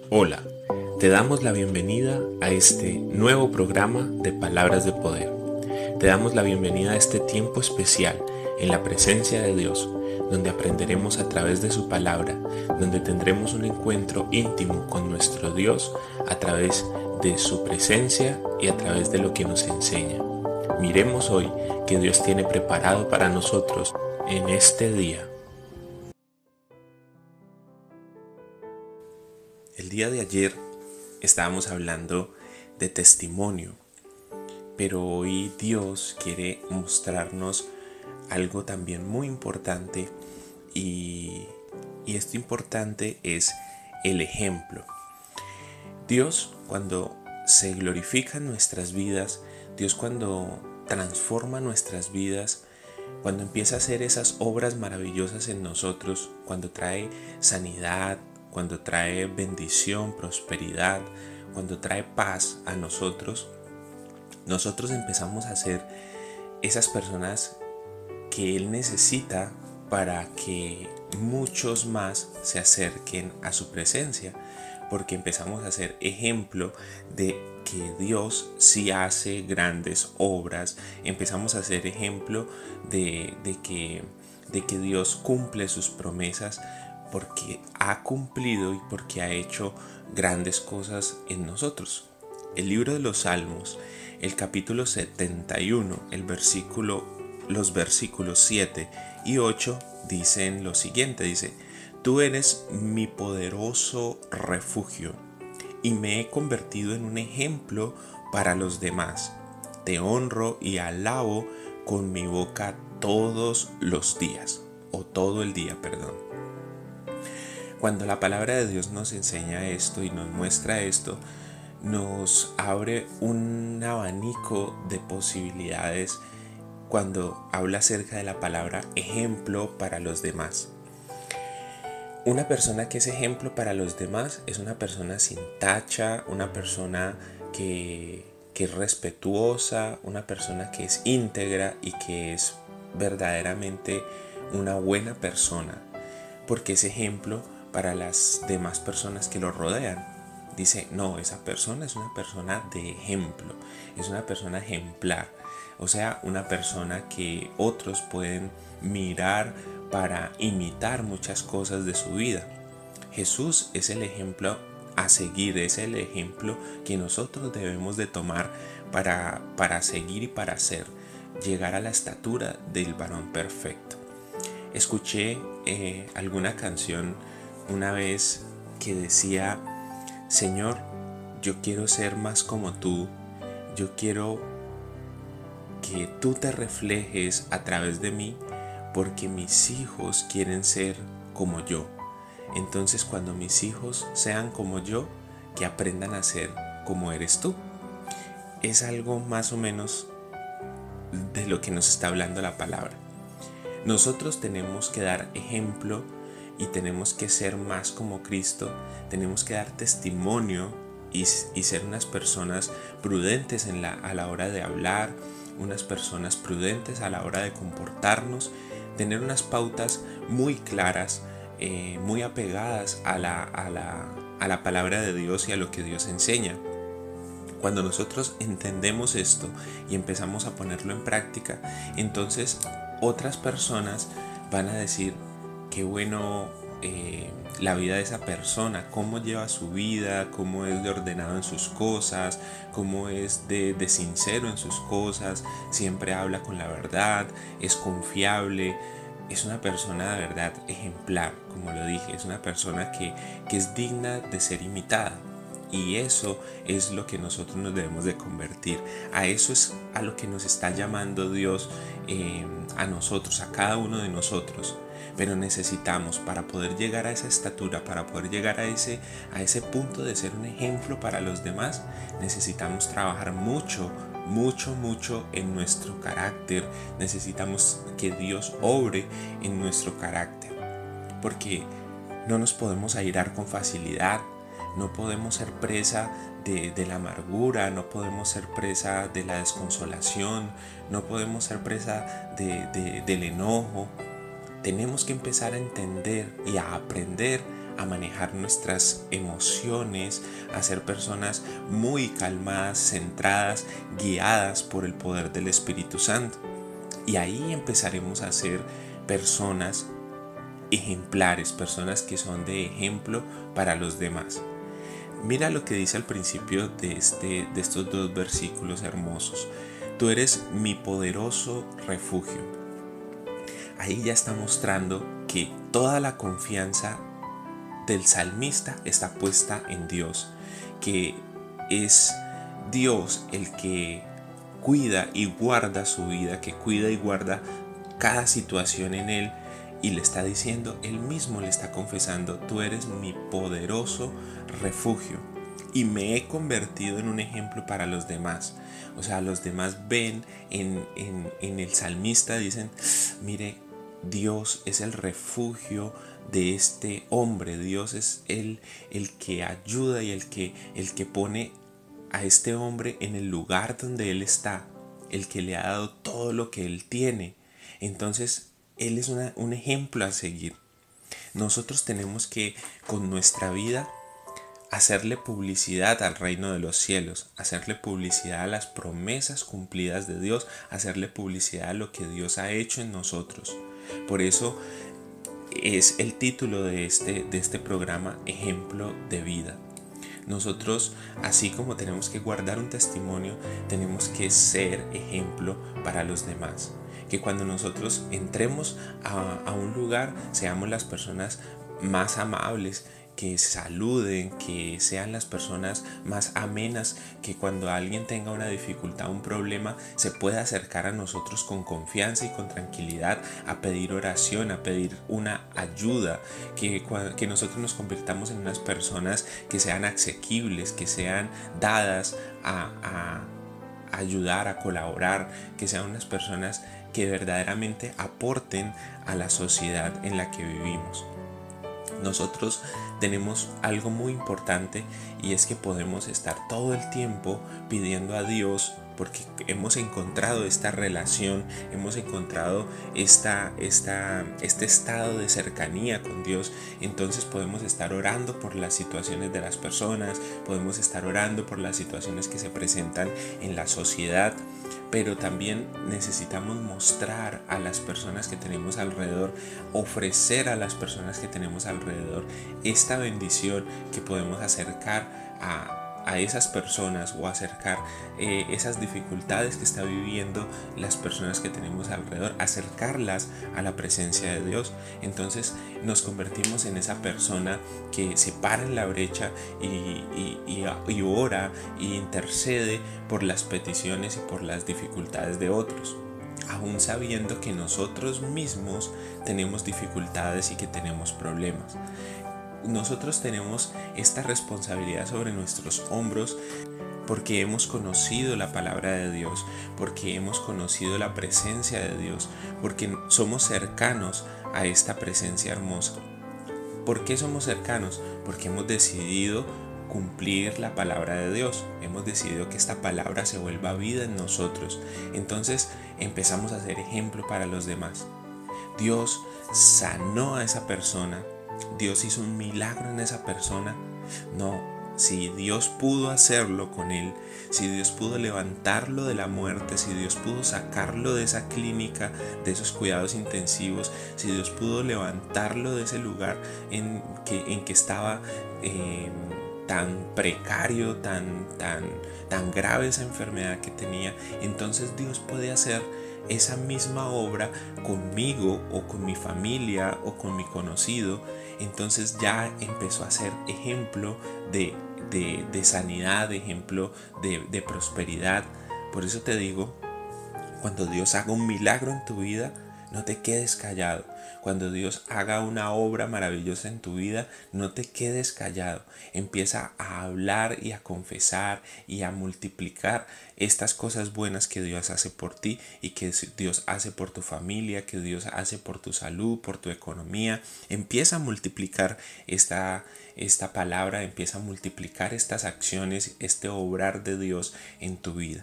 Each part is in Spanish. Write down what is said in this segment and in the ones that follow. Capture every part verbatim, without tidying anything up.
Hola, te damos la bienvenida a este nuevo programa de Palabras de Poder. Te damos la bienvenida a este tiempo especial en la presencia de Dios, donde aprenderemos a través de su palabra, donde tendremos un encuentro íntimo con nuestro Dios a través de su presencia y a través de lo que nos enseña. Miremos hoy que Dios tiene preparado para nosotros en este día. El día de ayer estábamos hablando de testimonio, pero hoy Dios quiere mostrarnos algo también muy importante y, y esto importante es el ejemplo. Dios, cuando se glorifica en nuestras vidas, Dios cuando transforma nuestras vidas, cuando empieza a hacer esas obras maravillosas en nosotros, cuando trae sanidad, cuando trae bendición, prosperidad, cuando trae paz a nosotros, nosotros empezamos a ser esas personas que Él necesita para que muchos más se acerquen a su presencia, porque empezamos a ser ejemplo de que Dios sí hace grandes obras, empezamos a ser ejemplo de, de, que, de que Dios cumple sus promesas, porque ha cumplido y porque ha hecho grandes cosas en nosotros. El libro de los Salmos, el capítulo setenta y uno, el versículo, los versículos siete y ocho dicen lo siguiente, dice: Tú eres mi poderoso refugio y me he convertido en un ejemplo para los demás. Te honro y alabo con mi boca todos los días, o todo el día, perdón. Cuando la palabra de Dios nos enseña esto y nos muestra esto, nos abre un abanico de posibilidades cuando habla acerca de la palabra ejemplo para los demás. Una persona que es ejemplo para los demás es una persona sin tacha, una persona que, que es respetuosa, una persona que es íntegra y que es verdaderamente una buena persona, porque es ejemplo para las demás personas que lo rodean. Dice, no, esa persona es una persona de ejemplo, es una persona ejemplar, o sea, una persona que otros pueden mirar para imitar muchas cosas de su vida. Jesús es el ejemplo a seguir, es el ejemplo que nosotros debemos de tomar para, para seguir y para ser, llegar a la estatura del varón perfecto. Escuché eh, alguna canción una vez que decía: Señor, yo quiero ser más como tú, yo quiero que tú te reflejes a través de mí, porque mis hijos quieren ser como yo. Entonces, cuando mis hijos sean como yo, que aprendan a ser como eres tú. Es algo más o menos de lo que nos está hablando la palabra. Nosotros tenemos que dar ejemplo y tenemos que ser más como Cristo, tenemos que dar testimonio y, y ser unas personas prudentes en la, a la hora de hablar, unas personas prudentes a la hora de comportarnos, tener unas pautas muy claras, eh, muy apegadas a la, a, la, a la palabra de Dios y a lo que Dios enseña. Cuando nosotros entendemos esto y empezamos a ponerlo en práctica, entonces otras personas van a decir: qué bueno eh, la vida de esa persona, cómo lleva su vida, cómo es de ordenado en sus cosas, cómo es de, de sincero en sus cosas, siempre habla con la verdad, es confiable, es una persona de verdad ejemplar, como lo dije, es una persona que, que es digna de ser imitada. Y eso es lo que nosotros nos debemos de convertir. A eso es a lo que nos está llamando Dios, eh, a nosotros, a cada uno de nosotros. Pero necesitamos, para poder llegar a esa estatura, para poder llegar a ese, a ese punto de ser un ejemplo para los demás, necesitamos trabajar mucho, mucho, mucho en nuestro carácter. Necesitamos que Dios obre en nuestro carácter, porque no nos podemos airar con facilidad. No podemos ser presa de, de la amargura, no podemos ser presa de la desconsolación, no podemos ser presa de, de, del enojo. Tenemos que empezar a entender y a aprender a manejar nuestras emociones, a ser personas muy calmadas, centradas, guiadas por el poder del Espíritu Santo. Y ahí empezaremos a ser personas ejemplares, personas que son de ejemplo para los demás. Mira lo que dice al principio de, este, de estos dos versículos hermosos. Tú eres mi poderoso refugio. Ahí ya está mostrando que toda la confianza del salmista está puesta en Dios, que es Dios el que cuida y guarda su vida, que cuida y guarda cada situación en él, y le está diciendo, él mismo le está confesando, tú eres mi poderoso refugio y me he convertido en un ejemplo para los demás. O sea, los demás ven en, en, en el salmista, dicen, mire, Dios es el refugio de este hombre, Dios es el, el que ayuda y el que, el que pone a este hombre en el lugar donde él está, el que le ha dado todo lo que él tiene. Entonces, él es una, un ejemplo a seguir. Nosotros tenemos que, con nuestra vida, hacerle publicidad al reino de los cielos, hacerle publicidad a las promesas cumplidas de Dios, hacerle publicidad a lo que Dios ha hecho en nosotros. Por eso es el título de este, de este programa, Ejemplo de Vida. Nosotros, así como tenemos que guardar un testimonio, tenemos que ser ejemplo para los demás. Que cuando nosotros entremos a, a un lugar, seamos las personas más amables, que saluden, que sean las personas más amenas, que cuando alguien tenga una dificultad, un problema, se pueda acercar a nosotros con confianza y con tranquilidad a pedir oración, a pedir una ayuda, que, que nosotros nos convirtamos en unas personas que sean asequibles, que sean dadas a, a ayudar, a colaborar, que sean unas personas que verdaderamente aporten a la sociedad en la que vivimos. Nosotros tenemos algo muy importante, y es que podemos estar todo el tiempo pidiendo a Dios, porque hemos encontrado esta relación, hemos encontrado esta, esta, este estado de cercanía con Dios. Entonces podemos estar orando por las situaciones de las personas, podemos estar orando por las situaciones que se presentan en la sociedad, pero también necesitamos mostrar a las personas que tenemos alrededor, ofrecer a las personas que tenemos alrededor esta bendición, que podemos acercar a, a esas personas o acercar eh, esas dificultades que está viviendo las personas que tenemos alrededor, acercarlas a la presencia de Dios. Entonces nos convertimos en esa persona que se para en la brecha y, y, y, y ora y intercede por las peticiones y por las dificultades de otros, aún sabiendo que nosotros mismos tenemos dificultades y que tenemos problemas. Nosotros tenemos esta responsabilidad sobre nuestros hombros porque hemos conocido la palabra de Dios, porque hemos conocido la presencia de Dios, porque somos cercanos a esta presencia hermosa. ¿Por qué somos cercanos? Porque hemos decidido cumplir la palabra de Dios, hemos decidido que esta palabra se vuelva vida en nosotros. Entonces empezamos a ser ejemplo para los demás. Dios sanó a esa persona, Dios hizo un milagro en esa persona. No, si Dios pudo hacerlo con él, si Dios pudo levantarlo de la muerte, si Dios pudo sacarlo de esa clínica, de esos cuidados intensivos, si Dios pudo levantarlo de ese lugar en que, en que estaba eh, tan precario, tan, tan, tan grave esa enfermedad que tenía, entonces Dios puede hacer esa misma obra conmigo o con mi familia o con mi conocido. Entonces ya empezó a ser ejemplo de, de, de sanidad, ejemplo de, de prosperidad. Por eso te digo, cuando Dios haga un milagro en tu vida, no te quedes callado. Cuando Dios haga una obra maravillosa en tu vida, no te quedes callado. Empieza a hablar y a confesar y a multiplicar estas cosas buenas que Dios hace por ti y que Dios hace por tu familia, que Dios hace por tu salud, por tu economía. Empieza a multiplicar esta, esta palabra, empieza a multiplicar estas acciones, este obrar de Dios en tu vida.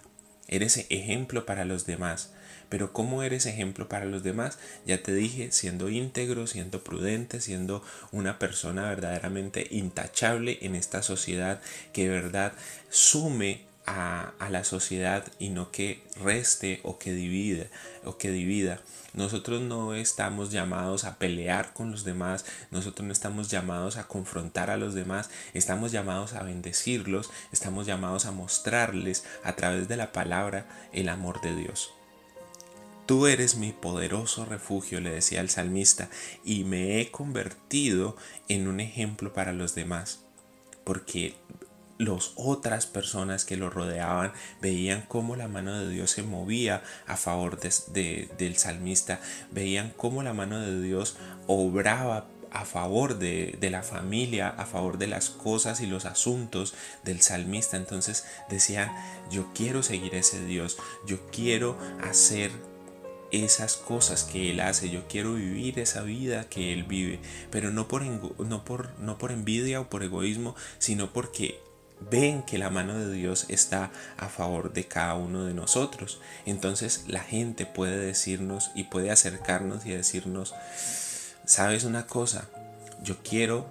Eres ejemplo para los demás. Pero ¿cómo eres ejemplo para los demás? Ya te dije, siendo íntegro, siendo prudente, siendo una persona verdaderamente intachable en esta sociedad, que de verdad sume a, a la sociedad y no que reste o que divida o que divida. Nosotros no estamos llamados a pelear con los demás, nosotros no estamos llamados a confrontar a los demás, estamos llamados a bendecirlos, estamos llamados a mostrarles a través de la palabra el amor de Dios. Tú eres mi poderoso refugio, le decía el salmista, y me he convertido en un ejemplo para los demás, porque las otras personas que lo rodeaban veían cómo la mano de Dios se movía a favor de, de, del salmista, veían cómo la mano de Dios obraba a favor de, de la familia, a favor de las cosas y los asuntos del salmista. Entonces decían, yo quiero seguir ese Dios, yo quiero hacer esas cosas que él hace, yo quiero vivir esa vida que él vive, pero no por, no por, no por envidia o por egoísmo, sino porque ven que la mano de Dios está a favor de cada uno de nosotros. Entonces la gente puede decirnos y puede acercarnos y decirnos, ¿sabes una cosa? Yo quiero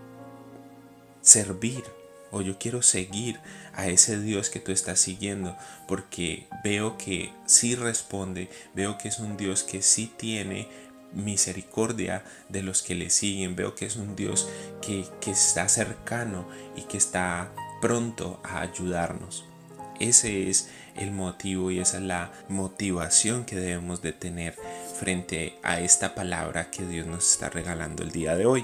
servir o yo quiero seguir a ese Dios que tú estás siguiendo, porque veo que sí responde, veo que es un Dios que sí tiene misericordia de los que le siguen, veo que es un Dios que, que está cercano y que está pronto a ayudarnos. Ese es el motivo y esa es la motivación que debemos de tener frente a esta palabra que Dios nos está regalando el día de hoy.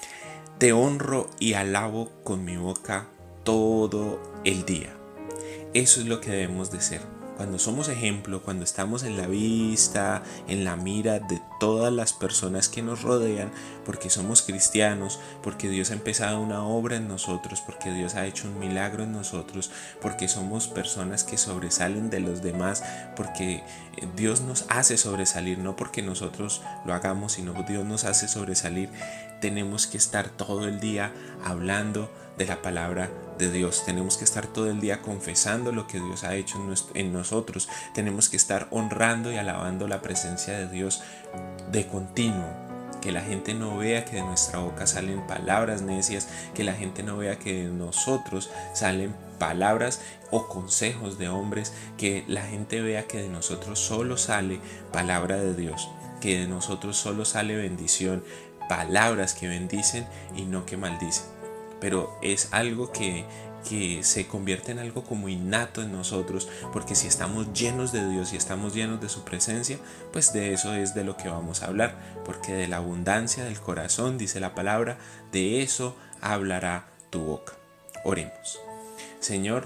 Te honro y alabo con mi boca todo el día. Eso es lo que debemos de ser. Cuando somos ejemplo, cuando estamos en la vista, en la mira de todas las personas que nos rodean, porque somos cristianos, porque Dios ha empezado una obra en nosotros, porque Dios ha hecho un milagro en nosotros, porque somos personas que sobresalen de los demás, porque Dios nos hace sobresalir, no porque nosotros lo hagamos, sino Dios nos hace sobresalir. Tenemos que estar todo el día hablando de la palabra de Dios. Tenemos que estar todo el día confesando lo que Dios ha hecho en nosotros. Tenemos que estar honrando y alabando la presencia de Dios de continuo. Que la gente no vea que de nuestra boca salen palabras necias, que la gente no vea que de nosotros salen palabras o consejos de hombres, que la gente vea que de nosotros solo sale palabra de Dios, que de nosotros solo sale bendición, palabras que bendicen y no que maldicen. Pero es algo que, que se convierte en algo como innato en nosotros, porque si estamos llenos de Dios y estamos llenos de su presencia, pues de eso es de lo que vamos a hablar, porque de la abundancia del corazón, dice la palabra, de eso hablará tu boca. Oremos. Señor,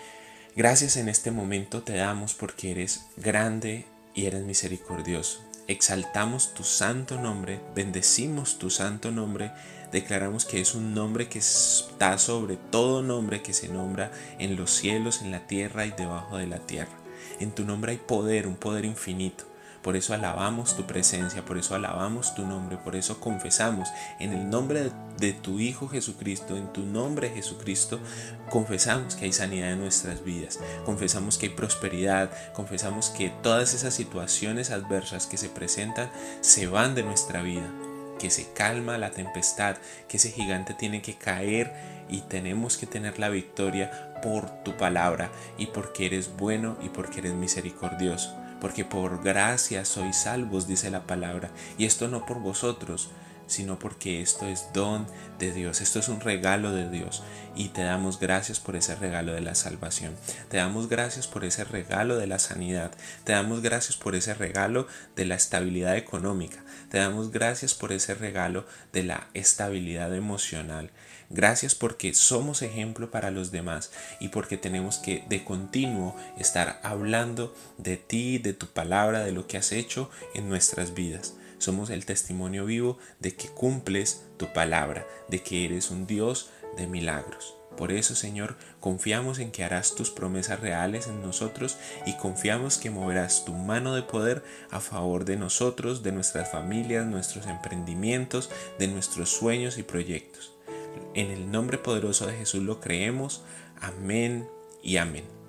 gracias en este momento te damos porque eres grande y eres misericordioso. Exaltamos tu santo nombre, bendecimos tu santo nombre, declaramos que es un nombre que está sobre todo nombre que se nombra en los cielos, en la tierra y debajo de la tierra. En tu nombre hay poder, un poder infinito. Por eso alabamos tu presencia, por eso alabamos tu nombre, por eso confesamos en el nombre de tu Hijo Jesucristo, en tu nombre Jesucristo, confesamos que hay sanidad en nuestras vidas, confesamos que hay prosperidad, confesamos que todas esas situaciones adversas que se presentan se van de nuestra vida, que se calma la tempestad, que ese gigante tiene que caer y tenemos que tener la victoria por tu palabra y porque eres bueno y porque eres misericordioso. Porque por gracia sois salvos, dice la palabra, y esto no por vosotros, sino porque esto es don de Dios, esto es un regalo de Dios, y te damos gracias por ese regalo de la salvación, te damos gracias por ese regalo de la sanidad, te damos gracias por ese regalo de la estabilidad económica, te damos gracias por ese regalo de la estabilidad emocional. Gracias porque somos ejemplo para los demás y porque tenemos que de continuo estar hablando de ti, de tu palabra, de lo que has hecho en nuestras vidas. Somos el testimonio vivo de que cumples tu palabra, de que eres un Dios de milagros. Por eso, Señor, confiamos en que harás tus promesas reales en nosotros y confiamos que moverás tu mano de poder a favor de nosotros, de nuestras familias, nuestros emprendimientos, de nuestros sueños y proyectos. En el nombre poderoso de Jesús lo creemos. Amén y amén.